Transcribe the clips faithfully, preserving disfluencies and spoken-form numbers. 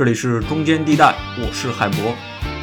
这里是中间地带，我是海博。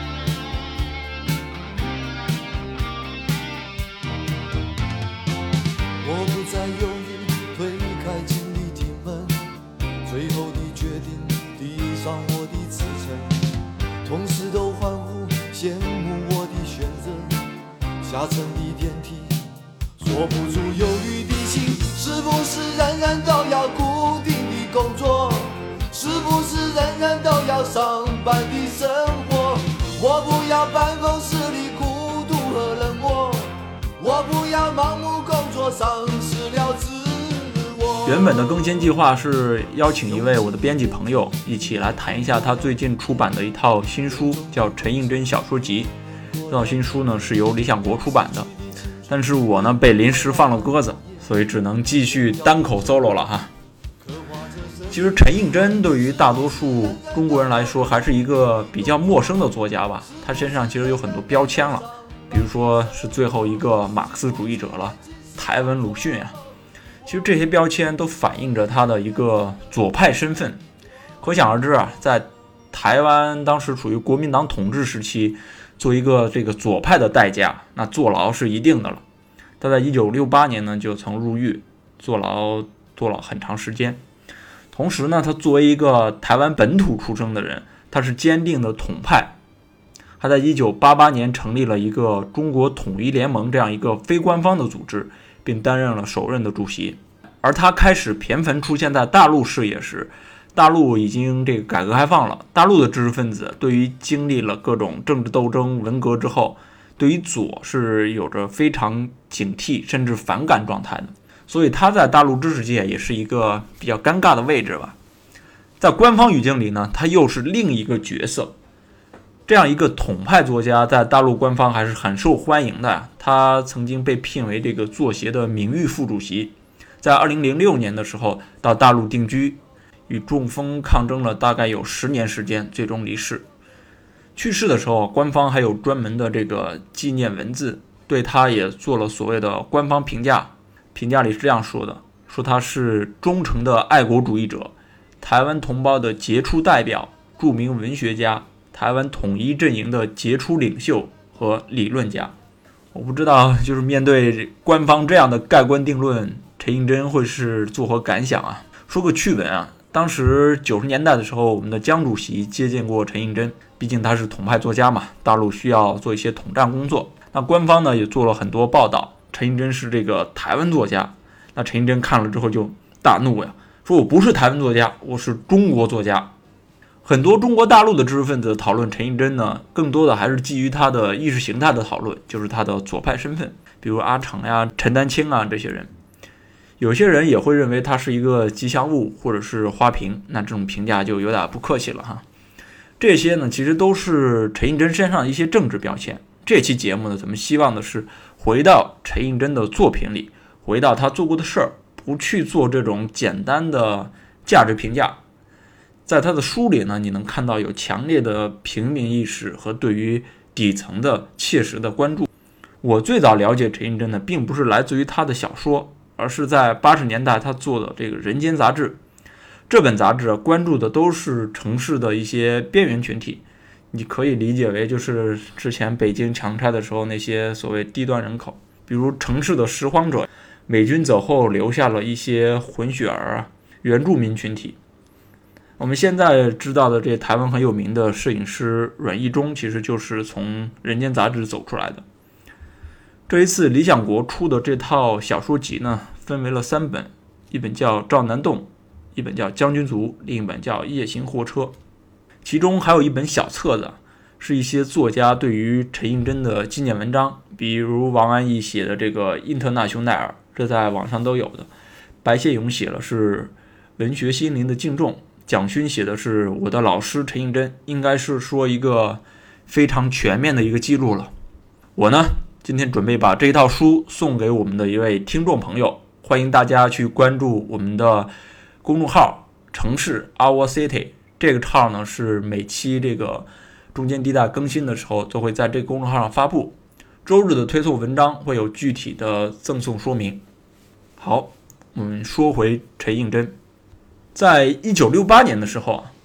我不再犹豫，推开经理铁门，最后的决定递上我的辞呈，同事都欢呼羡慕我的选择，下沉的电梯锁不住犹豫的心，是不是人人都要固定的工作，是不是人人都要上班的生活，我不要办公室里孤独和冷漠，我不要盲目工作丧失了自我。 原本的更新计划是邀请一位我的编辑朋友一起来谈一下他最近出版的一套新书，叫《陈映真小说集》。这套新书呢是由理想国出版的，但是我呢被临时放了鸽子，所以只能继续单口 solo 了哈。其实陈映真对于大多数中国人来说还是一个比较陌生的作家吧，他身上其实有很多标签了，比如说是最后一个马克思主义者了，台湾鲁迅呀、啊。其实这些标签都反映着他的一个左派身份，可想而知啊，在台湾当时处于国民党统治时期，做一个这个左派的代价，那坐牢是一定的了。他在一九六八年呢就曾入狱，坐牢坐了很长时间。同时呢，他作为一个台湾本土出生的人，他是坚定的统派。他在一九八八年成立了一个中国统一联盟这样一个非官方的组织，并担任了首任的主席。而他开始频繁出现在大陆视野时，大陆已经这个改革开放了，大陆的知识分子对于经历了各种政治斗争、文革之后，对于左是有着非常警惕甚至反感状态的。所以他在大陆知识界也是一个比较尴尬的位置吧。在官方语境里呢，他又是另一个角色。这样一个统派作家在大陆官方还是很受欢迎的，他曾经被聘为这个作协的名誉副主席，在二零零六年的时候到大陆定居，与中风抗争了大概有十年时间，最终离世。去世的时候，官方还有专门的这个纪念文字，对他也做了所谓的官方评价。评价里是这样说的，说他是忠诚的爱国主义者，台湾同胞的杰出代表，著名文学家，台湾统一阵营的杰出领袖和理论家。我不知道就是面对官方这样的盖棺定论，陈映真会是作何感想啊？说个趣闻啊，当时九十年代的时候，我们的江主席接见过陈映真，毕竟他是统派作家嘛，大陆需要做一些统战工作，那官方呢也做了很多报道，陈映真是这个台湾作家。那陈映真看了之后就大怒呀，说我不是台湾作家，我是中国作家。很多中国大陆的知识分子讨论陈映真呢，更多的还是基于他的意识形态的讨论，就是他的左派身份，比如阿长呀、陈丹青啊这些人。有些人也会认为他是一个吉祥物或者是花瓶，那这种评价就有点不客气了哈。这些呢，其实都是陈映真身上的一些政治标签。这期节目呢，咱们希望的是回到陈映真的作品里，回到他做过的事儿，不去做这种简单的价值评价。在他的书里呢，你能看到有强烈的平民意识和对于底层的切实的关注。我最早了解陈映真呢，并不是来自于他的小说，而是在八十年代他做的这个《人间》杂志。这本杂志关注的都是城市的一些边缘群体，你可以理解为就是之前北京强拆的时候那些所谓低端人口，比如城市的拾荒者，美军走后留下了一些混血儿啊、原住民群体。我们现在知道的这台湾很有名的摄影师阮义忠，其实就是从《人间》杂志走出来的。这一次理想国出的这套小说集呢，分为了三本，一本叫《赵南洞》，一本叫《将军族》，另一本叫《夜行货车》。其中还有一本小册子，是一些作家对于陈映真的纪念文章，比如王安忆写的这个《印特纳雄奈尔》，这在网上都有的。白谢勇写的是文学心灵的敬重，蒋勋写的是我的老师陈映真，应该是说一个非常全面的一个记录了。我呢，今天准备把这套书送给我们的一位听众朋友，欢迎大家去关注我们的公众号城市 Our City， 这个号呢是每期这个中间地带更新的时候都会在这个公众号上发布，周日的推送文章会有具体的赠送说明。好，我们说回陈映真。在一九六八年的时候，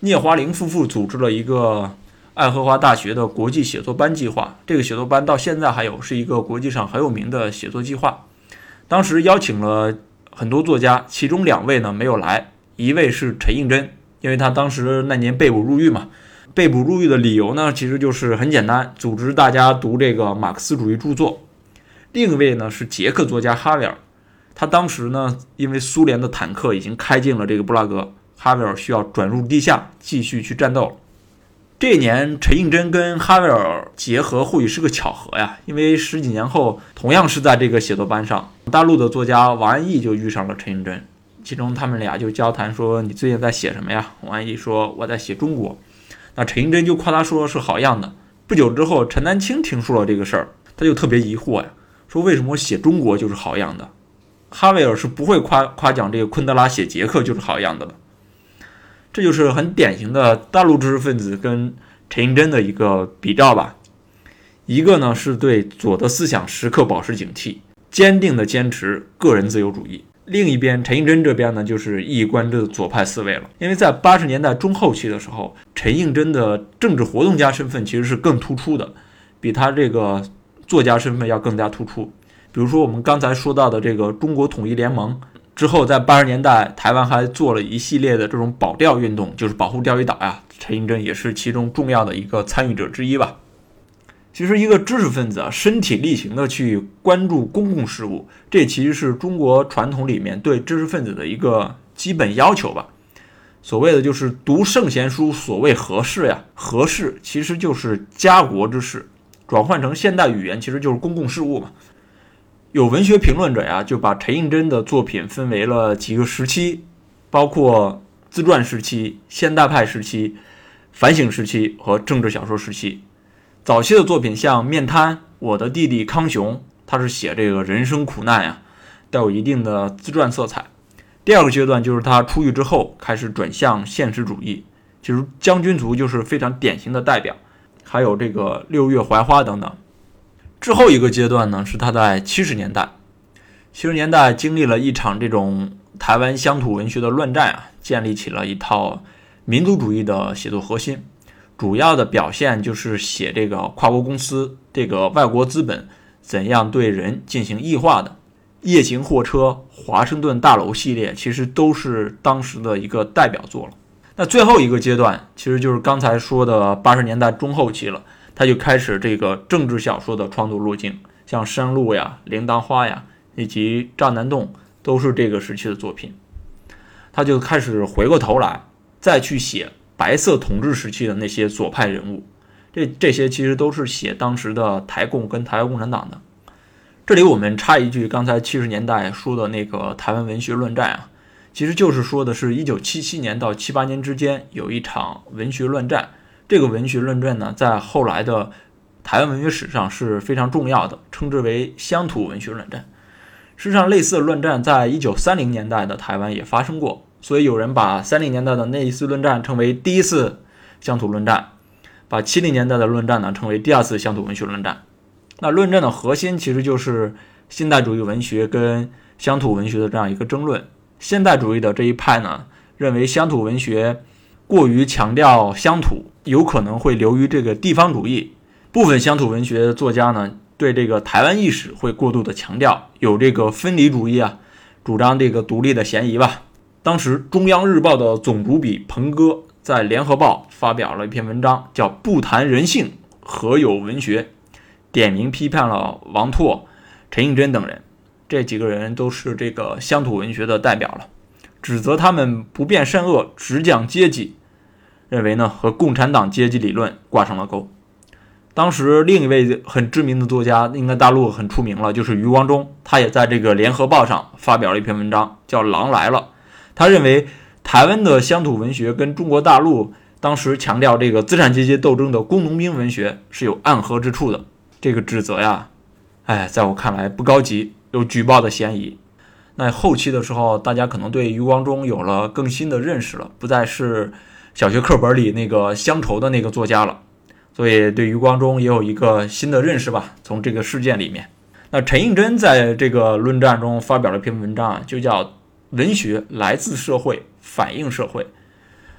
聂华苓夫妇组织了一个爱荷华大学的国际写作班计划，这个写作班到现在还有，是一个国际上很有名的写作计划。当时邀请了很多作家，其中两位呢没有来，一位是陈应真，因为他当时那年被捕入狱嘛。被捕入狱的理由呢，其实就是很简单，组织大家读这个马克思主义著作。另一位呢是捷克作家哈维尔，他当时呢因为苏联的坦克已经开进了这个布拉格，哈维尔需要转入地下继续去战斗。这一年陈应真跟哈维尔结合或许是个巧合呀，因为十几年后同样是在这个写作班上，大陆的作家王安忆就遇上了陈应真，其中他们俩就交谈说，你最近在写什么呀？王安忆说，我在写中国。那陈应真就夸他说是好样的。不久之后陈丹青听说了这个事儿，他就特别疑惑呀，说为什么写中国就是好样的？哈维尔是不会夸夸奖这个昆德拉写捷克就是好样的的。这就是很典型的大陆知识分子跟陈应真的一个比照吧。一个呢是对左的思想时刻保持警惕，坚定的坚持个人自由主义。另一边陈应真这边呢就是一以贯之的左派思维了。因为在八十年代中后期的时候，陈应真的政治活动家身份其实是更突出的，比他这个作家身份要更加突出。比如说我们刚才说到的这个中国统一联盟之后，在八十年代台湾还做了一系列的这种保钓运动，就是保护钓鱼岛呀，陈应真也是其中重要的一个参与者之一吧。其实一个知识分子啊，身体力行的去关注公共事务，这其实是中国传统里面对知识分子的一个基本要求吧。所谓的就是读圣贤书，所谓何事呀？何事其实就是家国之事，转换成现代语言其实就是公共事务嘛。有文学评论者呀，就把陈应真的作品分为了几个时期，包括自传时期、现代派时期、反省时期和政治小说时期。早期的作品像《面瘫》，我的弟弟康雄，他是写这个人生苦难呀，带有一定的自传色彩。第二个阶段就是他出狱之后开始转向现实主义，其实《将军族》就是非常典型的代表，还有这个《六月槐花》等等。之后一个阶段呢，是他在七十年代，七十年代经历了一场这种台湾乡土文学的乱战啊，建立起了一套民族主义的写作核心。主要的表现就是写这个跨国公司、这个外国资本怎样对人进行异化的。夜行货车、华盛顿大楼系列其实都是当时的一个代表作了。那最后一个阶段其实就是刚才说的八十年代中后期了，他就开始这个政治小说的创作路径，像山路呀、铃铛花呀以及赵南洞都是这个时期的作品。他就开始回过头来再去写白色统治时期的那些左派人物，这这些其实都是写当时的台共跟台湾共产党的。这里我们插一句，刚才七十年代说的那个台湾文学论战啊，其实就是说的是一九七七年到七八年之间有一场文学论战。这个文学论战呢，在后来的台湾文学史上是非常重要的，称之为乡土文学论战。事实上，类似的论战在一九三零年代的台湾也发生过。所以有人把三零年代的那一次论战称为第一次乡土论战，把七零年代的论战呢称为第二次乡土文学论战。那论战的核心其实就是现代主义文学跟乡土文学的这样一个争论。现代主义的这一派呢，认为乡土文学过于强调乡土，有可能会流于这个地方主义。部分乡土文学作家呢，对这个台湾意识会过度的强调，有这个分离主义啊，主张这个独立的嫌疑吧。当时中央日报的总主笔彭歌在联合报发表了一篇文章，叫不谈人性何有文学，点名批判了王拓、陈应真等人。这几个人都是这个乡土文学的代表了，指责他们不辨善恶，只讲阶级，认为呢和共产党阶级理论挂上了钩。当时另一位很知名的作家，应该大陆很出名了，就是余光中，他也在这个联合报上发表了一篇文章，叫《狼来了》。他认为台湾的乡土文学跟中国大陆当时强调这个资产阶级斗争的工农兵文学是有暗合之处的。这个指责呀，哎，在我看来不高级，有举报的嫌疑。那后期的时候，大家可能对余光中有了更新的认识了，不再是小学课本里那个乡愁的那个作家了，所以对余光中也有一个新的认识吧，从这个事件里面。那陈应真在这个论战中发表了一篇文章，就叫文学来自社会，反映社会。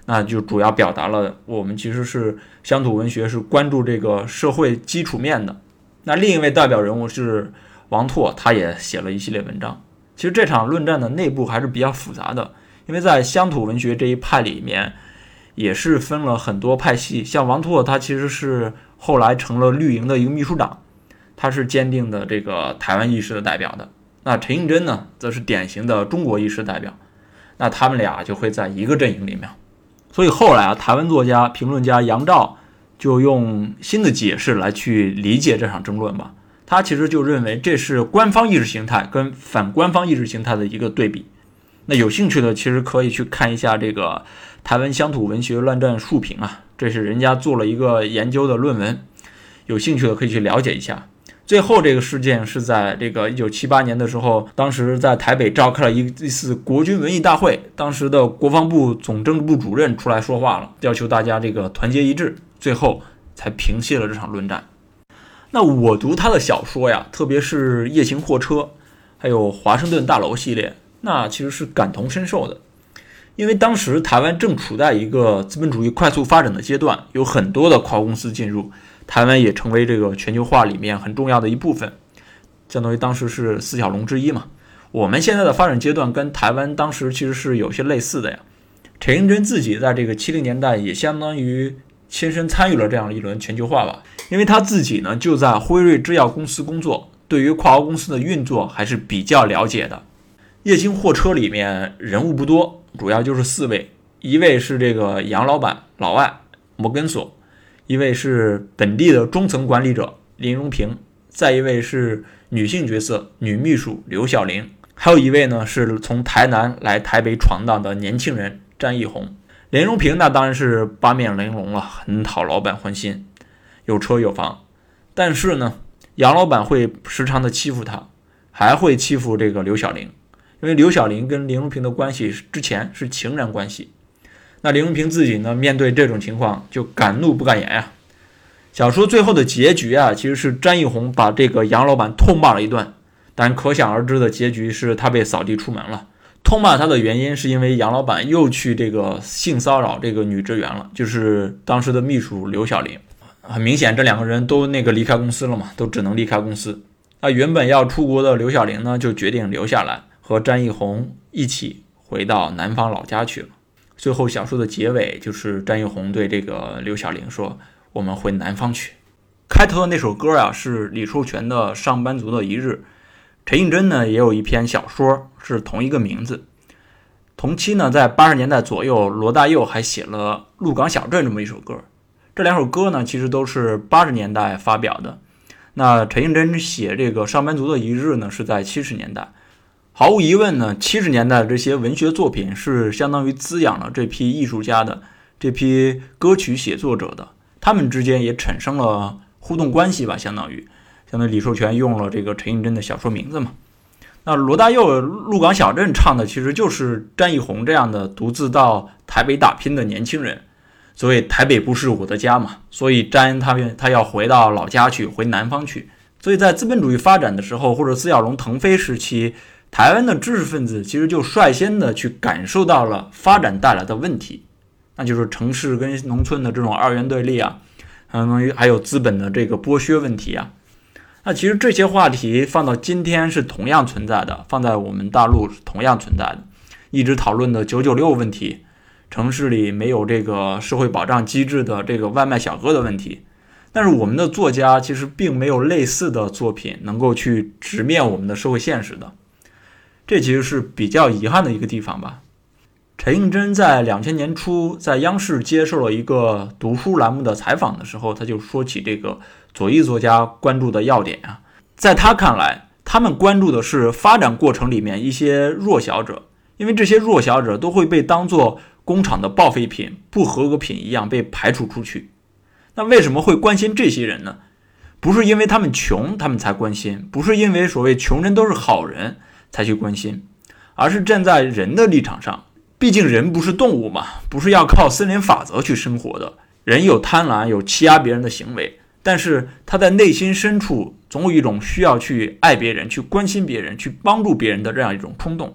那就主要表达了我们其实是乡土文学是关注这个社会基础面的。那另一位代表人物是王拓，他也写了一系列文章。其实这场论战的内部还是比较复杂的，因为在乡土文学这一派里面也是分了很多派系。像王拓他其实是后来成了绿营的一个秘书长，他是坚定的这个台湾意识的代表的。那陈映真呢，则是典型的中国意识代表。那他们俩就会在一个阵营里面。所以后来啊，台湾作家评论家杨照就用新的解释来去理解这场争论吧。他其实就认为这是官方意识形态跟反官方意识形态的一个对比。那有兴趣的其实可以去看一下这个台湾乡土文学乱战述评啊，这是人家做了一个研究的论文，有兴趣的可以去了解一下。最后这个事件是在这个一九七八年的时候，当时在台北召开了一次国军文艺大会，当时的国防部总政治部主任出来说话了，要求大家这个团结一致，最后才平息了这场论战。那我读他的小说呀，特别是《夜行货车》还有《华盛顿大楼》系列，那其实是感同身受的。因为当时台湾正处在一个资本主义快速发展的阶段，有很多的跨国公司进入，台湾也成为这个全球化里面很重要的一部分，相当于当时是四小龙之一嘛。我们现在的发展阶段跟台湾当时其实是有些类似的呀。陈映真自己在这个七零年代也相当于亲身参与了这样一轮全球化吧，因为他自己呢就在辉瑞制药公司工作，对于跨国公司的运作还是比较了解的。夜行货车里面人物不多，主要就是四位，一位是这个杨老板老外摩根索，一位是本地的中层管理者林荣平，再一位是女性角色女秘书刘晓玲，还有一位呢是从台南来台北闯荡的年轻人詹义宏。林荣平那当然是八面玲珑了，很讨老板欢心，有车有房。但是呢，杨老板会时常的欺负他，还会欺负这个刘晓玲，因为刘晓玲跟林荣平的关系之前是情人关系。那林荣平自己呢，面对这种情况就敢怒不敢言呀、啊。小说最后的结局啊，其实是詹义宏把这个杨老板痛骂了一顿，但可想而知的结局是他被扫地出门了。痛骂他的原因是因为杨老板又去这个性骚扰这个女职员了，就是当时的秘书刘晓玲。很明显这两个人都那个离开公司了嘛，都只能离开公司。那原本要出国的刘晓玲呢，就决定留下来和詹义宏一起回到南方老家去了。最后小说的结尾就是詹义宏对这个刘晓玲说，我们回南方去。开头的那首歌啊是李寿全的《上班族的一日》，陈映真呢也有一篇小说是同一个名字。同期呢，在八十年代左右，罗大佑还写了《鹿港小镇》这么一首歌。这两首歌呢，其实都是八十年代发表的。那陈映真写这个《上班族的一日》呢，是在七十年代。毫无疑问呢，七十年代的这些文学作品是相当于滋养了这批艺术家的，这批歌曲写作者的，他们之间也产生了互动关系吧，相当于。相当于李寿全用了这个陈映真的小说名字嘛。那罗大佑《鹿港小镇》唱的其实就是詹义宏这样的独自到台北打拼的年轻人，所以台北不是我的家嘛，所以詹他他要回到老家去，回南方去。所以在资本主义发展的时候，或者四小龙腾飞时期，台湾的知识分子其实就率先的去感受到了发展带来的问题，那就是城市跟农村的这种二元对立啊，相当于还有资本的这个剥削问题啊。那其实这些话题放到今天是同样存在的，放在我们大陆是同样存在的。一直讨论的九九六问题，城市里没有这个社会保障机制的这个外卖小哥的问题，但是我们的作家其实并没有类似的作品能够去直面我们的社会现实的，这其实是比较遗憾的一个地方吧。陈映真在两千年初在央视接受了一个读书栏目的采访的时候，他就说起这个左翼作家关注的要点啊，在他看来，他们关注的是发展过程里面一些弱小者，因为这些弱小者都会被当作工厂的报废品、不合格品一样被排除出去。那为什么会关心这些人呢？不是因为他们穷他们才关心，不是因为所谓穷人都是好人才去关心，而是站在人的立场上。毕竟人不是动物嘛，不是要靠森林法则去生活的。人有贪婪，有欺压别人的行为，但是他在内心深处总有一种需要去爱别人、去关心别人、去帮助别人的这样一种冲动。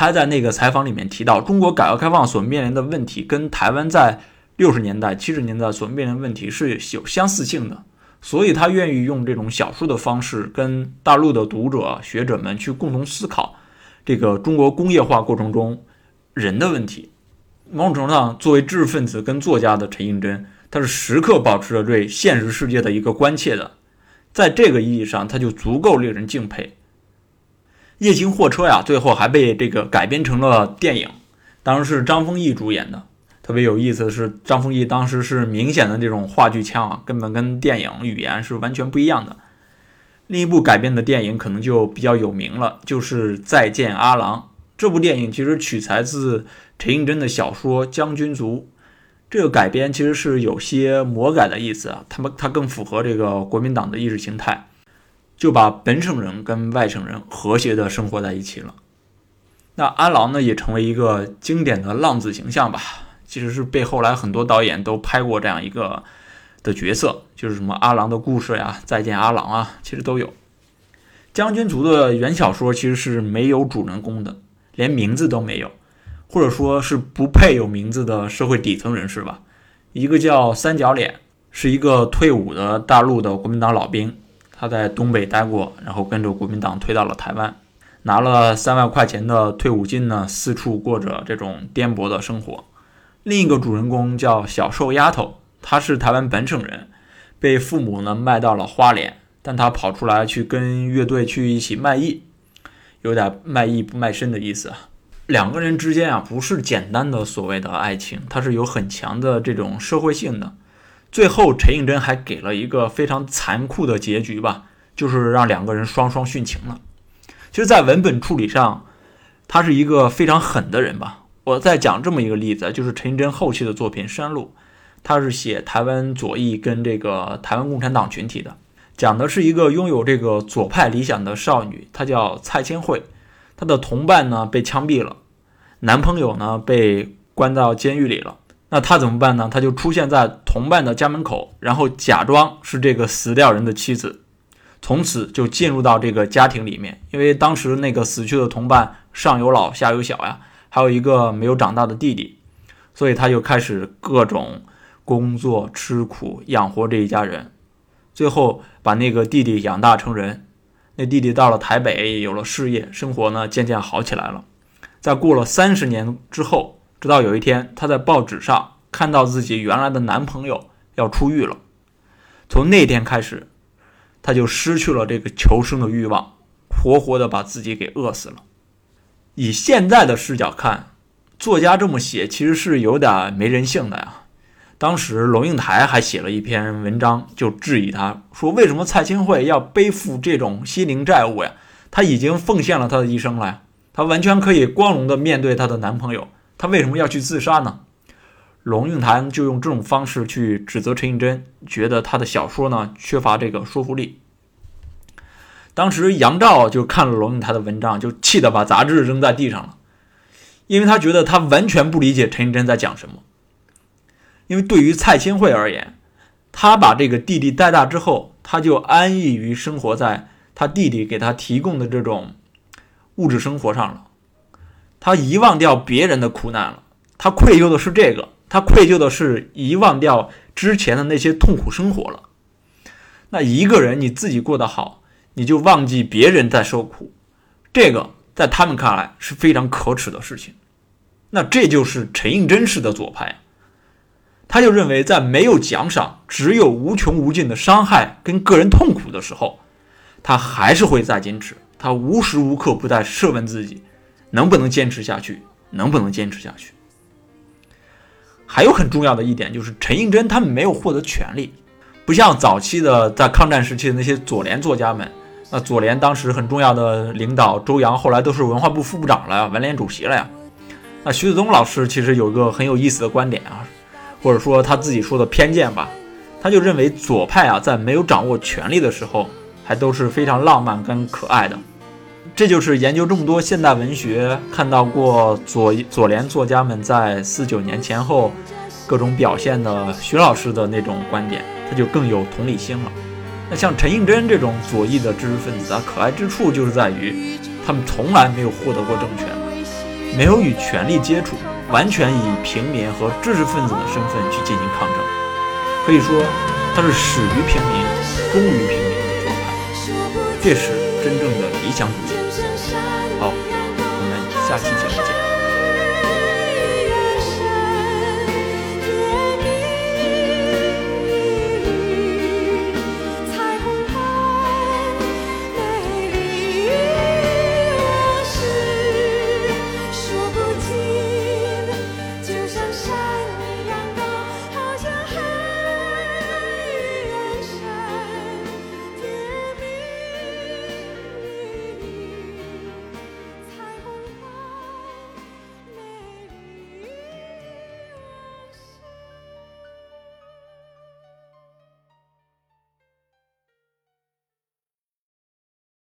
他在那个采访里面提到，中国改革开放所面临的问题跟台湾在六十年代、七十年代所面临的问题是有相似性的，所以他愿意用这种小说的方式跟大陆的读者、学者们去共同思考这个中国工业化过程中人的问题。某种程度上，作为知识分子跟作家的陈映真，他是时刻保持着对现实世界的一个关切的，在这个意义上，他就足够令人敬佩。夜行货车呀，最后还被这个改编成了电影，当时是张丰毅主演的。特别有意思的是，张丰毅当时是明显的这种话剧腔啊，根本跟电影语言是完全不一样的。另一部改编的电影可能就比较有名了，就是《再见阿郎》。这部电影其实取材自陈映真的小说《将军族》，这个改编其实是有些魔改的意思啊，他们它更符合这个国民党的意识形态，就把本省人跟外省人和谐的生活在一起了。那阿郎呢，也成为一个经典的浪子形象吧，其实是被后来很多导演都拍过这样一个的角色，就是什么阿郎的故事呀、再见阿郎啊，其实都有。将军族的原小说其实是没有主人公的，连名字都没有，或者说是不配有名字的社会底层人士吧。一个叫三角脸，是一个退伍的大陆的国民党老兵，他在东北待过，然后跟着国民党退到了台湾，拿了三万块钱的退伍金呢，四处过着这种颠簸的生活。另一个主人公叫小瘦丫头，她是台湾本省人，被父母呢卖到了花莲，但她跑出来去跟乐队去一起卖艺，有点卖艺不卖身的意思啊。两个人之间啊，不是简单的所谓的爱情，它是有很强的这种社会性的。最后陈映真还给了一个非常残酷的结局吧，就是让两个人双双殉情了。其实在文本处理上，他是一个非常狠的人吧。我再讲这么一个例子，就是陈映真后期的作品《山路》，他是写台湾左翼跟这个台湾共产党群体的，讲的是一个拥有这个左派理想的少女，她叫蔡千惠，她的同伴呢被枪毙了，男朋友呢被关到监狱里了。那她怎么办呢？她就出现在同伴的家门口，然后假装是这个死掉人的妻子，从此就进入到这个家庭里面。因为当时那个死去的同伴上有老下有小呀，还有一个没有长大的弟弟，所以他就开始各种工作吃苦养活这一家人，最后把那个弟弟养大成人。那弟弟到了台北有了事业，生活呢渐渐好起来了。在过了三十年之后，直到有一天他在报纸上看到自己原来的男朋友要出狱了，从那天开始他就失去了这个求生的欲望，活活的把自己给饿死了。以现在的视角看，作家这么写其实是有点没人性的呀。当时龙应台还写了一篇文章，就质疑他说，为什么蔡千惠要背负这种心灵债务呀？她已经奉献了她的一生了呀，她完全可以光荣的面对她的男朋友，她为什么要去自杀呢？龙应台就用这种方式去指责陈映真，觉得他的小说呢缺乏这个说服力。当时杨照就看了龙应台的文章，就气得把杂志扔在地上了，因为他觉得他完全不理解陈映真在讲什么。因为对于蔡千惠而言，他把这个弟弟带大之后，他就安逸于生活在他弟弟给他提供的这种物质生活上了，他遗忘掉别人的苦难了，他愧疚的是这个，他愧疚的是遗忘掉之前的那些痛苦生活了。那一个人你自己过得好，你就忘记别人在受苦，这个在他们看来是非常可耻的事情。那这就是陈映真式的左派，他就认为在没有奖赏，只有无穷无尽的伤害跟个人痛苦的时候，他还是会再坚持，他无时无刻不在设问自己能不能坚持下去，能不能坚持下去。还有很重要的一点就是陈映真他们没有获得权利，不像早期的在抗战时期的那些左联作家们，那左联当时很重要的领导周扬后来都是文化部副部长了呀，文联主席了呀。那徐子东老师其实有一个很有意思的观点啊，或者说他自己说的偏见吧，他就认为左派啊在没有掌握权力的时候还都是非常浪漫跟可爱的。这就是研究这么多现代文学看到过左左联作家们在四九年前后各种表现的徐老师的那种观点，他就更有同理心了。那像陈映真这种左翼的知识分子啊，可爱之处就是在于他们从来没有获得过政权， 没有与权力接触，完全以平民和知识分子的身份去进行抗争。可以说，他是始于平民，忠于平民的左派，这是真正的理想主义。好，我们下期节目见。